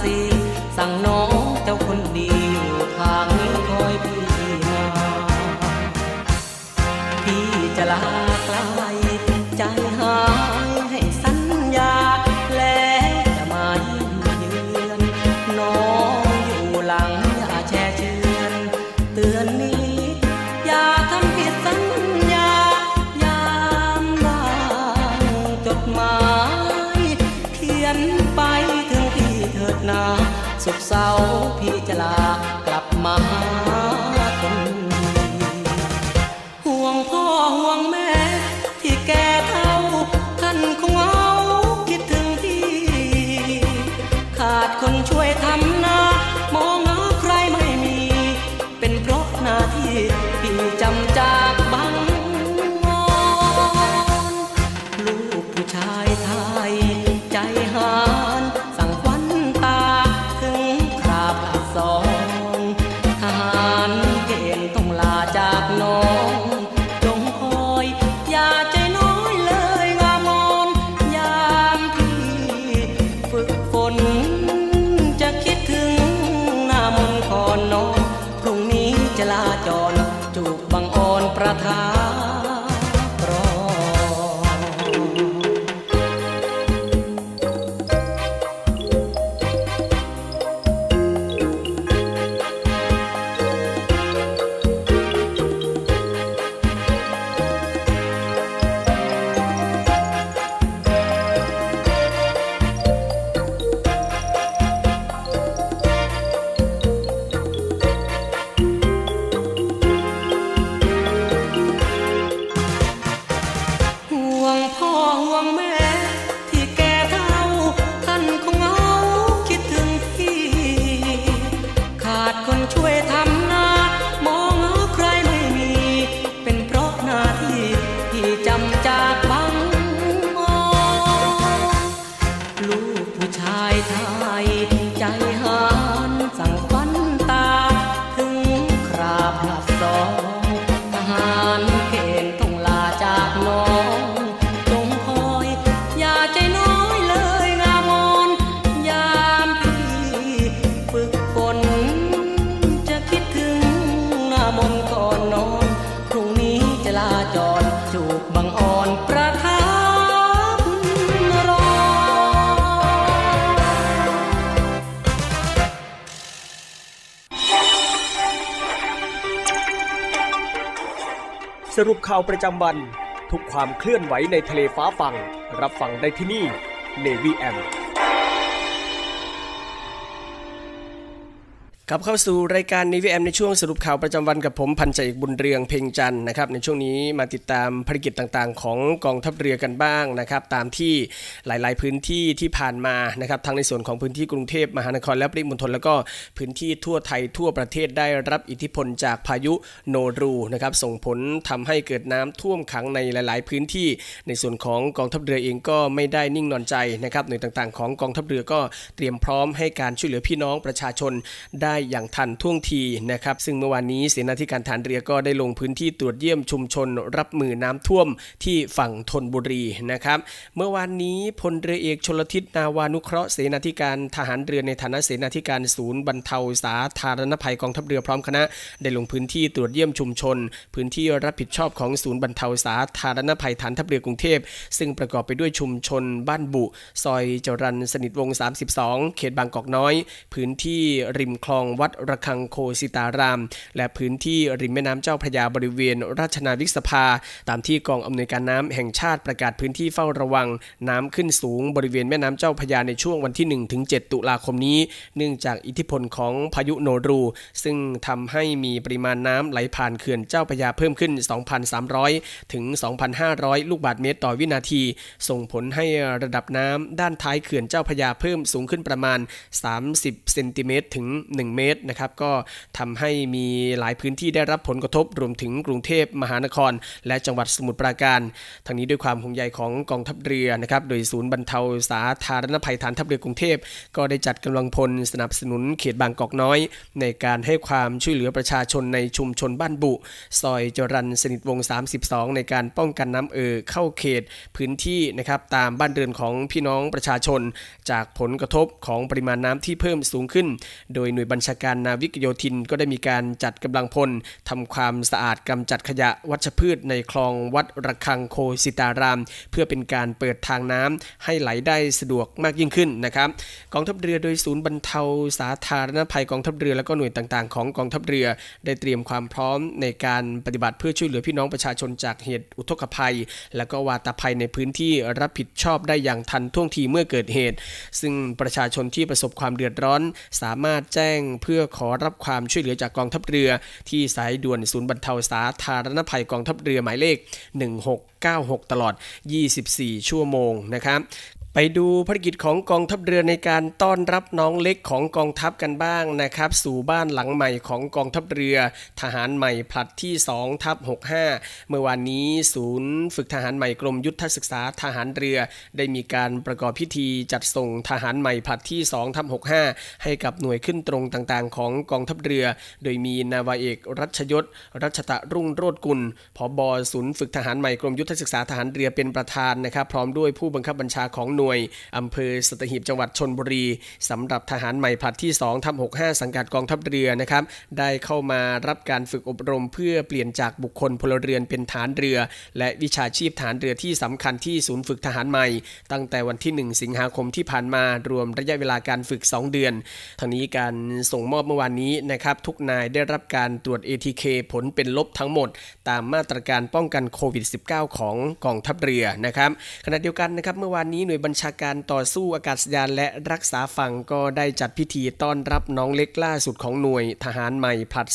Speaker 15: สีสั่งน้องเจ้าคนดีอยู่ทางนี้คอยพี่มาพี่จะลาไกลใจหายให้สัญญาแล้วจะมาเยือนน้องอยู่หลังอย่าแช่เชือนเตือนนี้อย่าทำผิดสัญญายามว่างจดหมายเขียนไปถึงพี่เถิดนาสุขเศร้าพี่จะลากลับมาหาคนห่วงพ่อห่วงแม่ที่แก่เฒ่าท่านคงเอาคิดถึงพี่ขาดคนช่วยทำนามองหาใครไม่มีเป็นเพราะหน้าที่พี่จำจากบังงอนลูกผู้ชายไทยใจหานสั่งควันตาถึงคราบอักษรทหารเกณฑ์ต้องลาจากน้องจงคอยอย่าใจน้อยเลยงามอนยามพี่ฝึกฝนจะคิดถึงหน้ามนต์ก่อนนอนพรุ่งนี้จะลาจรจูบบังอ่อนประทาน
Speaker 3: สรุปข่าวประจำวันทุกความเคลื่อนไหวในทะเลฟ้าฟังรับฟังได้ที่นี่ Navy AM กลับเข้าสู่รายการ Navy AM ในช่วงสรุปข่าวประจำวันกับผมพันจ่าเอกบุญเรืองเพ็งจันทร์นะครับในช่วงนี้มาติดตามภารกิจต่างๆของกองทัพเรือกันบ้างนะครับตามที่หลายๆพื้นที่ที่ผ่านมานะครับทั้งในส่วนของพื้นที่กรุงเทพมหานครและปริมณฑลแล้วก็พื้นที่ทั่วไทยทั่วประเทศได้รับอิทธิพลจากพายุโนรูนะครับส่งผลทำให้เกิดน้ำท่วมขังในหลายๆพื้นที่ในส่วนของกองทัพเรือเองก็ไม่ได้นิ่งนอนใจนะครับหน่วยต่างๆของกองทัพเรือก็เตรียมพร้อมให้การช่วยเหลือพี่น้องประชาชนได้อย่างทันท่วงทีนะครับซึ่งเมื่อวานนี้เสนาธิการฐานเรือก็ได้ลงพื้นที่ตรวจเยี่ยมชุมชนรับมือน้ำท่วมที่ฝั่งธนบุรีนะครับเมื่อวานนี้พลเรือเอกชลทิศนาวานุเคราะห์เสนาธิการทหารเรือในฐานะเสนาธิการศูนย์บรรเทาสาธารณภัยกองทัพเรือพร้อมคณะได้ลงพื้นที่ตรวจเยี่ยมชุมชนพื้นที่รับผิดชอบของศูนย์บรรเทาสาธารณภัยฐานทัพเรือกรุงเทพซึ่งประกอบไปด้วยชุมชนบ้านบุซอยจรัญสนิทวงศ์32เขตบางกอกน้อยพื้นที่ริมคลองวัดระฆังโคสิตารามและพื้นที่ริมแม่น้ำเจ้าพระยาบริเวณราชนาวิกสภาตามที่กองอำนวยการน้ำแห่งชาติประกาศพื้นที่เฝ้าระวังน้ำขึ้นสูงบริเวณแม่น้ำเจ้าพระยาในช่วงวันที่1ถึง7ตุลาคมนี้เนื่องจากอิทธิพลของพายุโนรูซึ่งทำให้มีปริมาณน้ำไหลผ่านเขื่อนเจ้าพระยาเพิ่มขึ้น 2,300 ถึง 2,500 ลูกบาศก์เมตรต่อวินาทีส่งผลให้ระดับน้ำด้านท้ายเขื่อนเจ้าพระยาเพิ่มสูงขึ้นประมาณ30เซนติเมตรถึง1 1เมตรนะครับก็ทำให้มีหลายพื้นที่ได้รับผลกระทบรวมถึงกรุงเทพมหานครและจังหวัดสมุทรปราการทั้งนี้ด้วยความห่วงใยของกองทัพเรือนะครับโดยศูนย์บรรเทาสาธารณภัยฐานทัพเรือกรุงเทพก็ได้จัดกำลังพลสนับสนุนเขตบางกอกน้อยในการให้ความช่วยเหลือประชาชนในชุมชนบ้านบุซอยจรัญสนิทวงศ์32ในการป้องกันน้ำเข้าเขตพื้นที่นะครับตามบ้านเรือนของพี่น้องประชาชนจากผลกระทบของปริมาณน้ำที่เพิ่มสูงขึ้นโดยหน่วยบัญชาการนาวิกโยธินก็ได้มีการจัดกำลังพลทำความสะอาดกำจัดขยะวัชพืชในคลองวัดระฆังโคสิตารามเพื่อเป็นการเปิดทางน้ำให้ไหลได้สะดวกมากยิ่งขึ้นนะครับกองทัพเรือโดยศูนย์บรรเทาสาธารณภัยกองทัพเรือและก็หน่วยต่างๆของกองทัพเรือได้เตรียมความพร้อมในการปฏิบัติเพื่อช่วยเหลือพี่น้องประชาชนจากเหตุอุทกภัยและก็วาตภัยในพื้นที่รับผิดชอบได้อย่างทันท่วงทีเมื่อเกิดเหตุซึ่งประชาชนที่ประสบความเดือดร้อนสามารถแจ้งเพื่อขอรับความช่วยเหลือจากกองทัพเรือที่สายด่วนศูนย์บรรเทาสาธารณภัยกองทัพเรือหมายเลข1696ตลอด24ชั่วโมงนะครับไปดูภารกิจของกองทัพเรือในการต้อนรับน้องเล็กของกองทัพกันบ้างนะครับสู่บ้านหลังใหม่ของกองทัพเรือทหารใหม่ผลัดที่2/65เมื่อวานนี้ศูนย์ฝึกทหารใหม่กรมยุทธศึกษาทหารเรือได้มีการประกอบพิธีจัดส่งทหารใหม่ผลัดที่2/65ให้กับหน่วยขึ้นตรงต่างๆของกองทัพเรือโดยมีนาวาเอกรัชยศรัชตะรุ่งโรจน์กุลผบ.ศูนย์ฝึกทหารใหม่กรมยุทธศึกษาทหารเรือเป็นประธานนะครับพร้อมด้วยผู้บังคับบัญชาของหน่วยอำเภอสัตหีบจังหวัดชลบุรีสำหรับทหารใหม่ผลัดที่2/65สังกัดกองทัพเรือนะครับได้เข้ามารับการฝึกอบรมเพื่อเปลี่ยนจากบุคคลพลเรือนเป็นทหารเรือและวิชาชีพทหารเรือที่สำคัญที่ศูนย์ฝึกทหารใหม่ตั้งแต่วันที่1สิงหาคมที่ผ่านมารวมระยะเวลาการฝึก2เดือนทั้งนี้การส่งมอบเมื่อวานนี้นะครับทุกนายได้รับการตรวจ ATK ผลเป็นลบทั้งหมดตามมาตรการป้องกันโควิด -19 ของกองทัพเรือนะครับขณะเดียวกันนะครับเมื่อวานนี้หน่วยบัญชาการต่อสู้อากาศยานและรักษาฝั่งก็ได้จัดพิธีต้อนรับน้องเล็กล่าสุดของหน่วยทหารใหม่ผลัด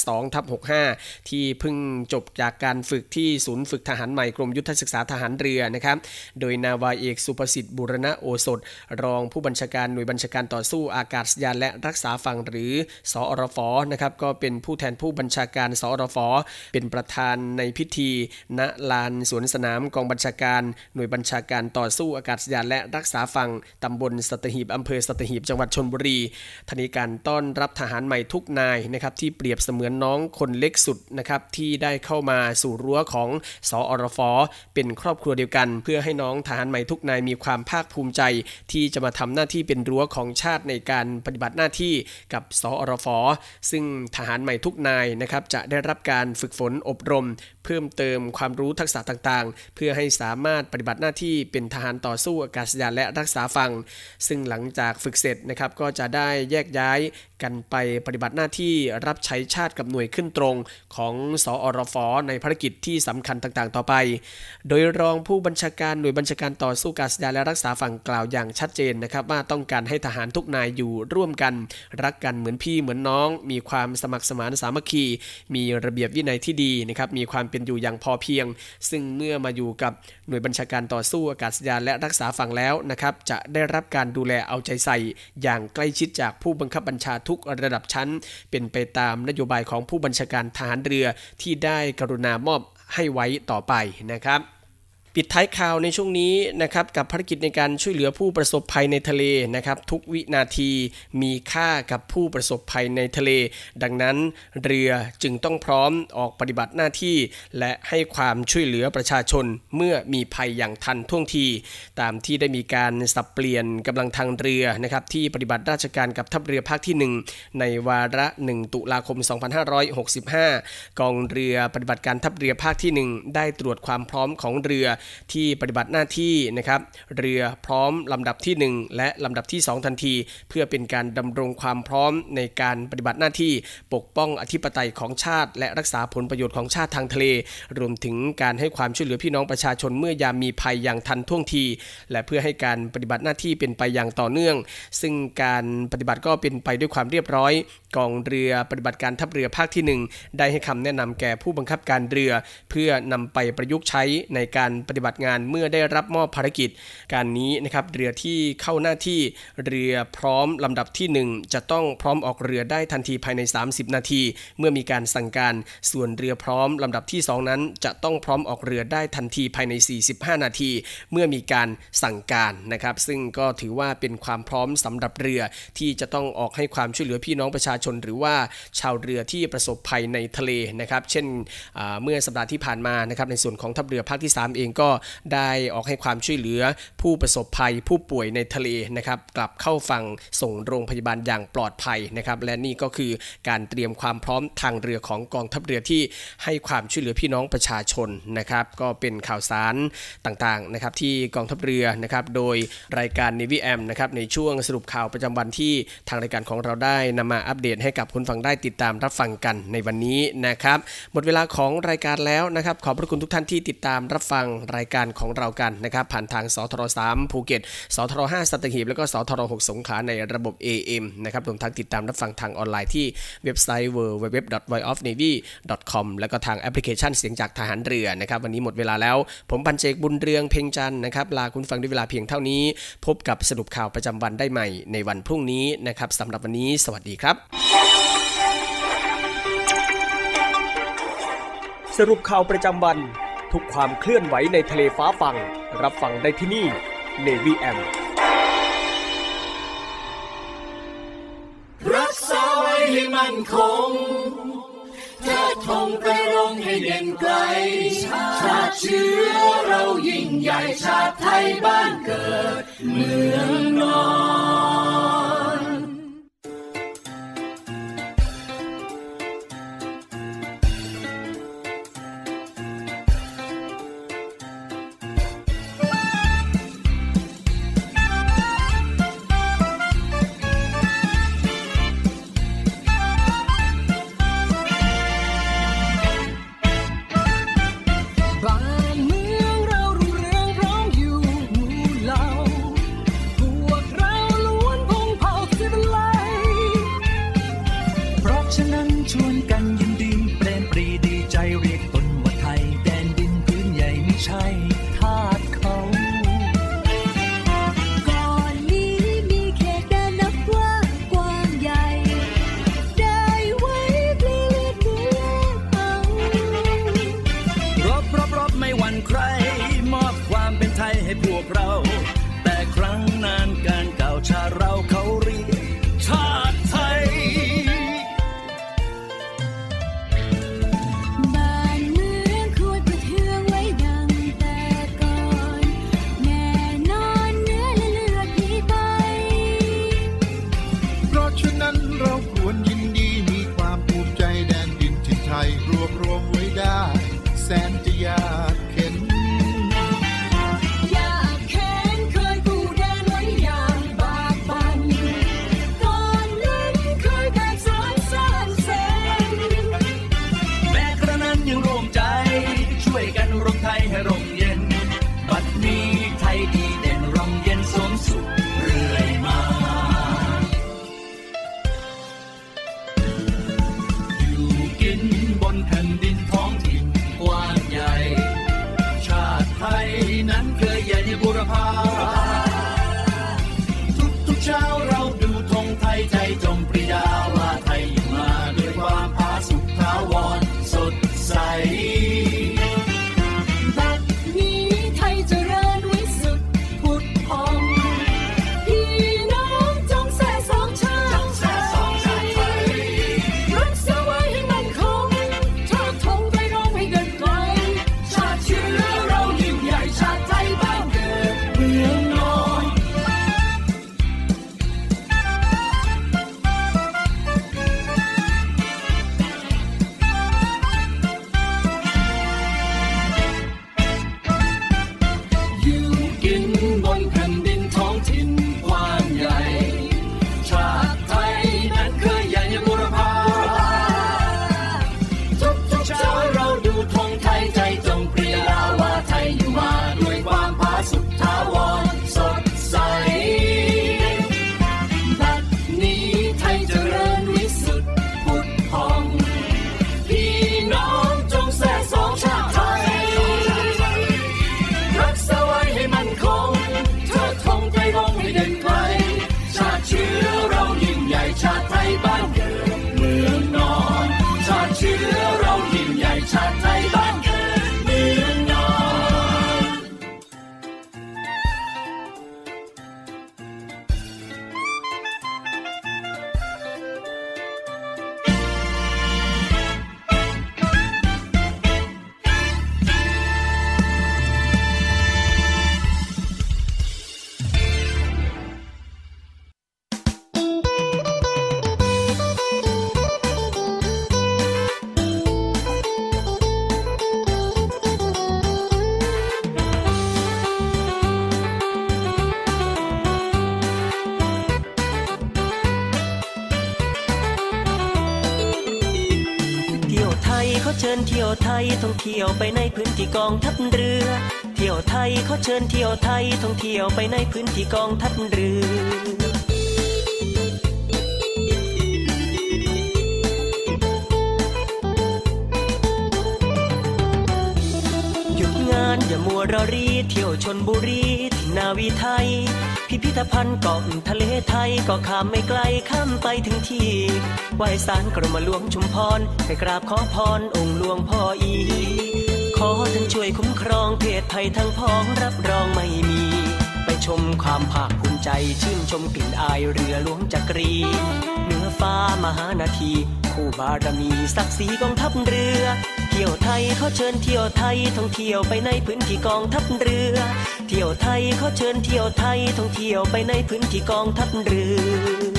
Speaker 3: 2/65ที่เพิ่งจบจากการฝึกที่ศูนย์ฝึกทหารใหม่กรมยุทธศึกษาทหารเรือนะครับโดยนาวาเอกสุภสิทธิ์บุรณโอสถรองผู้บัญชาการหน่วยบัญชาการต่อสู้อากาศยานและรักษาฝั่งหรือสอรฟนะครับก็เป็นผู้แทนผู้บัญชาการสอรฟเป็นประธานในพิธีณลานสวนสนามกองบัญชาการหน่วยบัญชาการต่อสู้อากาศยานและรักษาฝั่งตำบลสัตหีบอำเภอสัตหีบจังหวัดชลบุรีทางการต้อนรับทหารใหม่ทุกนายนะครับที่เปรียบเสมือนน้องคนเล็กสุดนะครับที่ได้เข้ามาสู่รั้วของสอรฟเป็นครอบครัวเดียวกันเพื่อให้น้องทหารใหม่ทุกนายมีความภาคภูมิใจที่จะมาทำหน้าที่เป็นรั้วของชาติในการปฏิบัติหน้าที่กับสอรฟซึ่งทหารใหม่ทุกนายนะครับจะได้รับการฝึกฝนอบรมเพิ่มเติมความรู้ทักษะต่างๆเพื่อให้สามารถปฏิบัติหน้าที่เป็นทหารต่อสู้อากาศยานและรักษาฝั่งซึ่งหลังจากฝึกเสร็จนะครับก็จะได้แยกย้ายกันไปปฏิบัติหน้าที่รับใช้ชาติกับหน่วยขึ้นตรงของสอรฟในภารกิจที่สำคัญต่างๆต่อไปโดยรองผู้บัญชาการหน่วยบัญชาการต่อสู้อากาศยานและรักษาฝั่งกล่าวอย่างชัดเจนนะครับว่าต้องการให้ทหารทุกนายอยู่ร่วมกันรักกันเหมือนพี่เหมือนน้องมีความสมัครสมานสามัคคีมีระเบียบวินัยที่ดีนะครับมีความเป็นอยู่อย่างพอเพียงซึ่งเมื่อมาอยู่กับหน่วยบัญชาการต่อสู้อากาศยานและรักษาฝั่งแล้วนะครับจะได้รับการดูแลเอาใจใส่อย่างใกล้ชิดจากผู้บังคับบัญชาทุกระดับชั้นเป็นไปตามนโยบายของผู้บัญชาการทหารเรือที่ได้กรุณามอบให้ไว้ต่อไปนะครับ ปิดท้ายข่าวในช่วงนี้นะครับกับภารกิจในการช่วยเหลือผู้ประสบภัยในทะเลนะครับทุกวินาทีมีค่ากับผู้ประสบภัยในทะเลดังนั้นเรือจึงต้องพร้อมออกปฏิบัติหน้าที่และให้ความช่วยเหลือประชาชนเมื่อมีภัยอย่างทันท่วงทีตามที่ได้มีการสับเปลี่ยนกำลังทางเรือนะครับที่ปฏิบัติราชการกับทัพเรือภาคที่1ในวาระ1ตุลาคม2565กองเรือปฏิบัติการทัพเรือภาคที่1ได้ตรวจความพร้อมของเรือที่ปฏิบัติหน้าที่นะครับเรือพร้อมลำดับที่1และลำดับที่2ทันทีเพื่อเป็นการดำรงความพร้อมในการปฏิบัติหน้าที่ปกป้องอธิปไตยของชาติและรักษาผลประโยชน์ของชาติทางทะเลรวมถึงการให้ความช่วยเหลือพี่น้องประชาชนเมื่อยามมีภัยอย่างทันท่วงทีและเพื่อให้การปฏิบัติหน้าที่เป็นไปอย่างต่อเนื่องซึ่งการปฏิบัติก็เป็นไปด้วยความเรียบร้อยกองเรือปฏิบัติการทัพเรือภาคที่1ได้ให้คำแนะนำแก่ผู้บังคับการเรือเพื่อนำไปประยุกต์ใช้ในการปปฏิบัติงานเมื่อได้รับมอบภารกิจการนี้นะครับเรือที่เข้าหน้าที่เรือพร้อมลำดับที่1จะต้องพร้อมออกเรือได้ทันทีภายใน30นาทีเมื่อมีการสั่งการส่วนเรือพร้อมลำดับที่2นั้นจะต้องพร้อมออกเรือได้ทันทีภายใน45นาทีเมื่อมีการสั่งการนะครับซึ่งก็ถือว่าเป็นความพร้อมสำหรับเรือที่จะต้องออกให้ความช่วยเหลือพี่น้องประชาชนหรือว่าชาวเรือที่ประสบภัยในทะเลนะครับเช่นเมื่อสัปดาห์ที่ผ่านมานะครับในส่วนของทัพเรือภาคที่3เองก็ได้ออกให้ความช่วยเหลือผู้ประสบภัยผู้ป่วยในทะเลนะครับกลับเข้าฝั่งส่งโรงพยาบาลอย่างปลอดภัยนะครับและนี่ก็คือการเตรียมความพร้อมทางเรือของกองทัพเรือที่ให้ความช่วยเหลือพี่น้องประชาชนนะครับก็เป็นข่าวสารต่างๆนะครับที่กองทัพเรือนะครับโดยรายการ Navy AM นะครับในช่วงสรุปข่าวประจำวันที่ทางรายการของเราได้นำมาอัปเดตให้กับคุณฟังได้ติดตามรับฟังกันในวันนี้นะครับหมดเวลาของรายการแล้วนะครับขอบพระคุณทุกท่านที่ติดตามรับฟังรายการของเรากันนะครับผ่านทางสทร3ภูเก็ตสทร5สัตหีบแล้วก็สทร6สงขลาในระบบ AM นะครับรวมทั้งติดตามรับฟังทางออนไลน์ที่เว็บไซต์ www.voiceofnavy.com แล้วก็ทางแอปพลิเคชันเสียงจากทหารเรือนะครับวันนี้หมดเวลาแล้วผมพันเจกบุญเรืองเพ็งจันทร์นะครับลาคุณฟังด้วยเวลาเพียงเท่านี้พบกับสรุปข่าวประจำวันได้ใหม่ในวันพรุ่งนี้นะครับสำหรับวันนี้สวัสดีครับ
Speaker 16: สรุปข่าวประจำวันทุกความเคลื่อนไหวในทะเลฟ้าฟังรับฟังได้ที่นี่ Navy AM
Speaker 17: รักษาไว้ให้มั่นคงเทิดธงไปรงให้เด่นไกลชาติเชื้อเรายิ่งใหญ่ชาติไทยบ้านเกิดเมืองนอนทุกเช้าเราดูธงไทยใจจงปรีดาว่าไทยอยู่มาด้วยความผาสุกถาวรสดใสบัดนี้ไทยเจริญวิสุทธิ์ผุดผ่องพี่น้องจงแส่สองชาติไทยรักษาไว้ให้มั่นคงชาติธงไทยร้องให้เดินไกลชาติเชื้อเรายิ่งใหญ่ชาติไทยบ้านเกิดเมือง
Speaker 15: ชิญเที่ยวไทยท่องเที่ยวไปในพื้นที่กองทัพเรือเที่ยวไทยเขาเชิญเที่ยวไทยท่องเที่ยวไปในพื้นที่กองทัพเรืออย่ามัวรอรีเที่ยวชลบุรีที่นาวีไทยพิพิธภัณฑ์เกาะทะเลไทยก็ข้ามไม่ไกลข้ามไปถึงที่ไหว้ศาลกรมหลวงชุมพรไปกราบขอพรองค์หลวงพ่ออีขอท่านช่วยคุ้มครองเพศภัยทั้งพ้องรับรองไม่มีไปชมความภาคภูมิใจชื่นชมกลิ่นอายเรือหลวงจักรีเหนือฟ้ามหานาทีคู่บารมีศักดิ์ศรีกองทัพเรือเที่ยวไทยเขาเชิญเที่ยวไทยท่องเที่ยวไปในพื้นที่กองทัพเรือเที่ยวไทยเขาเชิญเที่ยวไทยท่องเที่ยวไปในพื้นที่กองทัพเรือ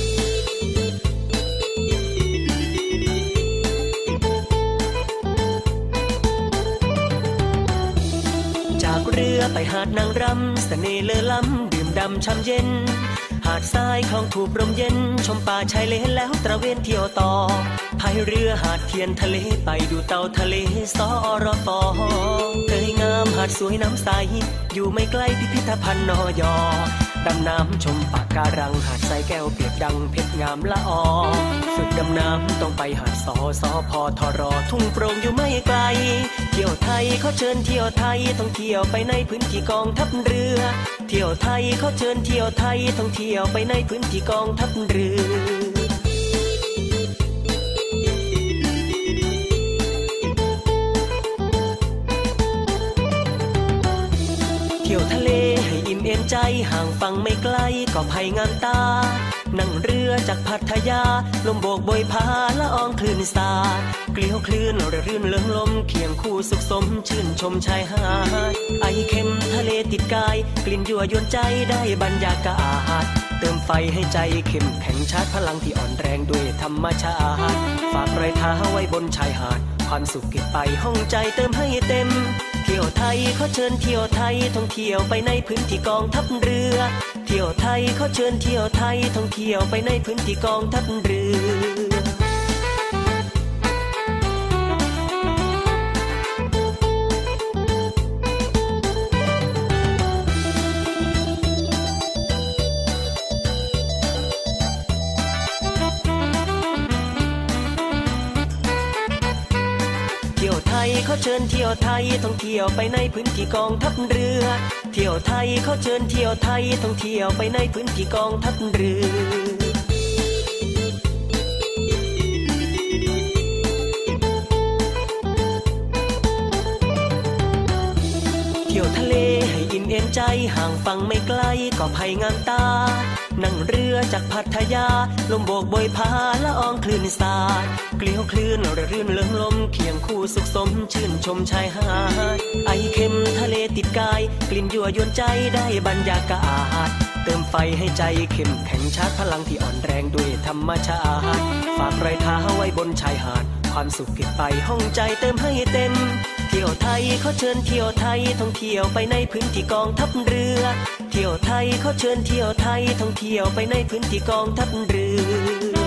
Speaker 15: จากเรือไปหาดนางรำเสน่ห์เลอล้ำดื่มดำช่ำเย็นหาดทรายคลองถูกลมเย็นชมป่าชายเลนแล้วตระเวนเที่ยวต่อพายเรือหาดเทียนทะเลไปดูเต่าทะเลสอรฟเคยงามหาดสวยน้ำใสอยู่ไม่ไกลพิพิธภัณฑ์นอยดำน้ำชมปะการังหาดทรายแก้วเปียกดังเพชรงามละอฝึกดำน้ำต้องไปหาดสพทรทุ่งโปร่งอยู่ไม่ไกลเที่ยวไทยเขาเชิญเที่ยวไทยท่องเที่ยวไปในพื้นที่กองทัพเรือเที่ยวไทยเขาเชิญเที่ยวไทยท่องเที่ยวไปในพื้นที่กองทัพเรือเที่ยวทะเลให้อิ่มเอมใจห่างฝั่งไม่ไกลก็ภัยงามตานั่งเรือจากพัทยาลมโบกโบยพาละอองคลื่นสาดเกลียวคลื่นรื่นเริงลมเคียงคู่สุขสมชื่นชมชายหาดไอเค็มทะเลติดกายกลิ่นยั่วยวนใจได้บรรยากาศเติมไฟให้ใจเข้มแข็งชาร์จพลังที่อ่อนแรงด้วยธรรมชาติฝากรอยเท้าไว้บนชายหาดความสุขเก็บไปห้องใจเติมให้เต็มเที่ยวไทยเขาเชิญเที่ยวไทยท่องเที่ยวไปในพื้นที่กองทัพเรือเที่ยวไทยเขาเชิญเที่ยวไทยท่องเที่ยวไปในพื้นที่กองทัพเรือเขาเชิญเที่ยวไทยท่องเที่ยวไปในพื้นที่กองทัพเรือเที่ยวไทยเขาเชิญเที่ยวไทยท่องเที่ยวไปในพื้นที่กองทัพเรือเที่ยวทะเลให้อิ่มเอมใจห่างฝั่งไม่ไกลก็ภัยงามตานั่งเรือจากพัทยาลมโบกโบยพาละอองคลื่นสาดเกลียวคลื่นรื่นเริงลมเคียงคู่สุขสมชื่นชมชายหาดไอเค็มทะเลติดกายกลิ่นยั่วยวนใจได้บรรยากาศเติมไฟให้ใจเข้มแข็งชาร์จพลังที่อ่อนแรงด้วยธรรมชาติฝากรอยเท้าไว้บนชายหาดความสุขเก็บไปห้องใจเติมให้เต็มเที่ยวไทยเขาเชิญเที่ยวไทยท่องเที่ยวไปในพื้นที่กองทัพเรือเที่ยวไทยเขาเชิญเที่ยวไทยท่องเที่ยวไปในพื้นที่กองทัพเรือ